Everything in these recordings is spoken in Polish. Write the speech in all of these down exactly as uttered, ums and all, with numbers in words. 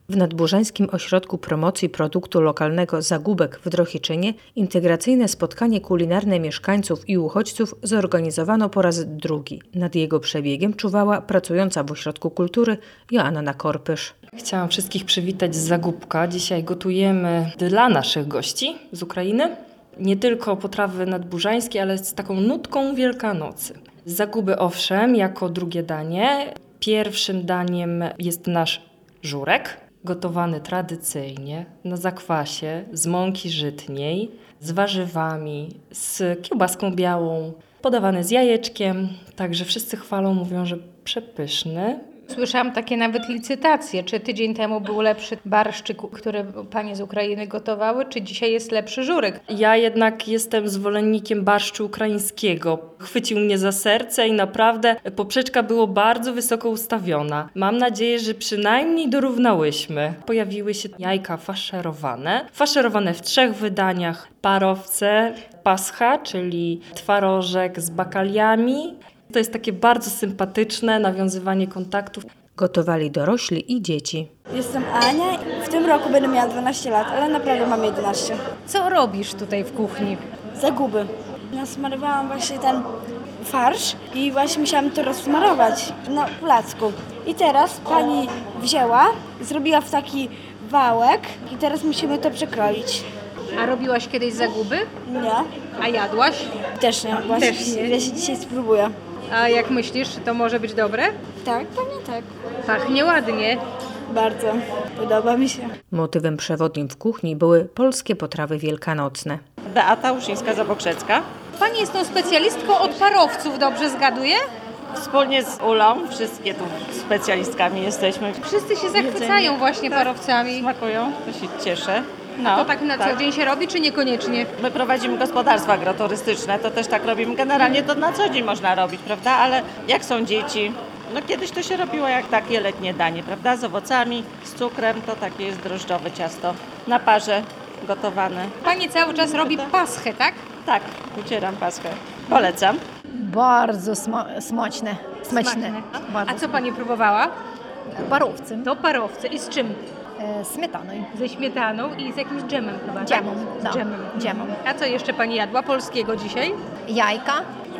W Nadburzańskim Ośrodku Promocji Produktu Lokalnego Zagóbek w Drohiczynie integracyjne spotkanie kulinarne mieszkańców i uchodźców zorganizowano po raz drugi. Nad jego przebiegiem czuwała pracująca w Ośrodku Kultury Joanna Korpysz. Chciałam wszystkich przywitać z Zagóbka. Dzisiaj gotujemy dla naszych gości z Ukrainy nie tylko potrawy nadburzańskie, ale z taką nutką Wielkanocy. Zaguby owszem, jako drugie danie. Pierwszym daniem jest nasz żurek, gotowany tradycyjnie na zakwasie z mąki żytniej, z warzywami, z kiełbaską białą, podawany z jajeczkiem. Także wszyscy chwalą, mówią, że przepyszny. Słyszałam takie nawet licytacje, czy tydzień temu był lepszy barszczyk, który panie z Ukrainy gotowały, czy dzisiaj jest lepszy żurek. Ja jednak jestem zwolennikiem barszczu ukraińskiego. Chwycił mnie za serce i naprawdę poprzeczka była bardzo wysoko ustawiona. Mam nadzieję, że przynajmniej dorównałyśmy. Pojawiły się jajka faszerowane, faszerowane w trzech wydaniach. Parowce, pascha, czyli twarożek z bakaliami. To jest takie bardzo sympatyczne nawiązywanie kontaktów. Gotowali dorośli i dzieci. Jestem Ania. W tym roku będę miała dwanaście lat, ale naprawdę mam jedenaście. Co robisz tutaj w kuchni? Zaguby. Nasmarowałam właśnie ten farsz i właśnie musiałam to rozsmarować na placku. I teraz pani wzięła, zrobiła w taki wałek i teraz musimy to przekroić. A robiłaś kiedyś zaguby? Nie? A jadłaś? Też nie. Właśnie Też nie. Ja się dzisiaj spróbuję. A jak myślisz, czy to może być dobre? Tak, pewnie tak. Pachnie ładnie. Bardzo. Podoba mi się. Motywem przewodnim w kuchni były polskie potrawy wielkanocne. Beata Uszyńska-Zabokrzecka. Pani jest tą specjalistką od parowców, dobrze zgaduję? Wspólnie z Ulą, wszystkie tu specjalistkami jesteśmy. Wszyscy się zachwycają Jedzenie. właśnie Tak, parowcami. Smakują, to się cieszę. No, To tak na co dzień się robi, czy niekoniecznie? My prowadzimy gospodarstwa agroturystyczne, to też tak robimy. Generalnie to na co dzień można robić, prawda? Ale jak są dzieci, no kiedyś to się robiło jak takie letnie danie, prawda? Z owocami, z cukrem, to takie jest drożdżowe ciasto na parze gotowane. Pani cały czas robi paschę, tak? Tak, ucieram paschę. Polecam. Bardzo sma- smaczne. Smaczne. Bardzo A co pani próbowała? Parowcem. To parowce. I z czym? E, Śmietaną. Ze śmietaną i z jakimś dżemem chyba, tak? Dżemem, Z tak. dżemem. Dżemem. A co jeszcze pani jadła polskiego dzisiaj? Jajka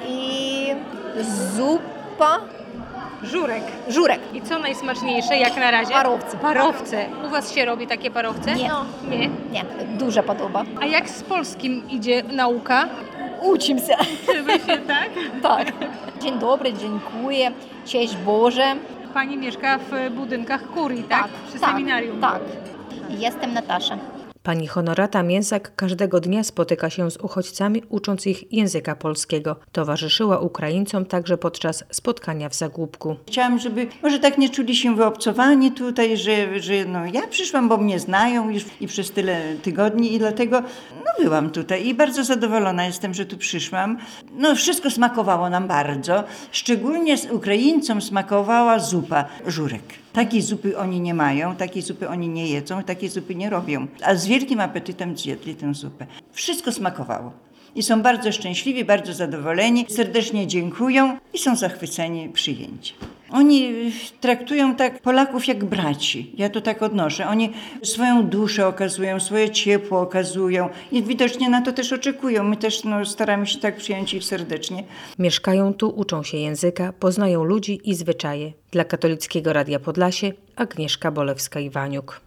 i zupa. Żurek. Żurek. I co najsmaczniejsze, jak na razie? Parowce. Parowce. U was się robi takie parowce? Nie. Nie? Nie, dużo podoba. A jak z polskim idzie nauka? Uczym się. Uczymy się, tak? Tak. Dzień dobry, dziękuję. Cześć Boże. Pani mieszka w budynkach kurii, tak? Przy tak, seminarium. Tak. Jestem Natasza. Pani Honorata Mięsak każdego dnia spotyka się z uchodźcami, ucząc ich języka polskiego. Towarzyszyła Ukraińcom także podczas spotkania w Zagóbku. Chciałam, żeby może tak nie czuli się wyobcowani tutaj, że, że no ja przyszłam, bo mnie znają już i przez tyle tygodni i dlatego no byłam tutaj i bardzo zadowolona jestem, że tu przyszłam. No wszystko smakowało nam bardzo. Szczególnie z Ukraińcom smakowała zupa, żurek. Takiej zupy oni nie mają, takiej zupy oni nie jedzą, takiej zupy nie robią. A z wielkim apetytem zjedli tę zupę. Wszystko smakowało. I są bardzo szczęśliwi, bardzo zadowoleni, serdecznie dziękują i są zachwyceni przyjęciem. Oni traktują tak Polaków jak braci. Ja to tak odnoszę. Oni swoją duszę okazują, swoje ciepło okazują i widocznie na to też oczekują. My też no, staramy się tak przyjąć ich serdecznie. Mieszkają tu, uczą się języka, poznają ludzi i zwyczaje. Dla Katolickiego Radia Podlasie Agnieszka Bolewska-Iwaniuk.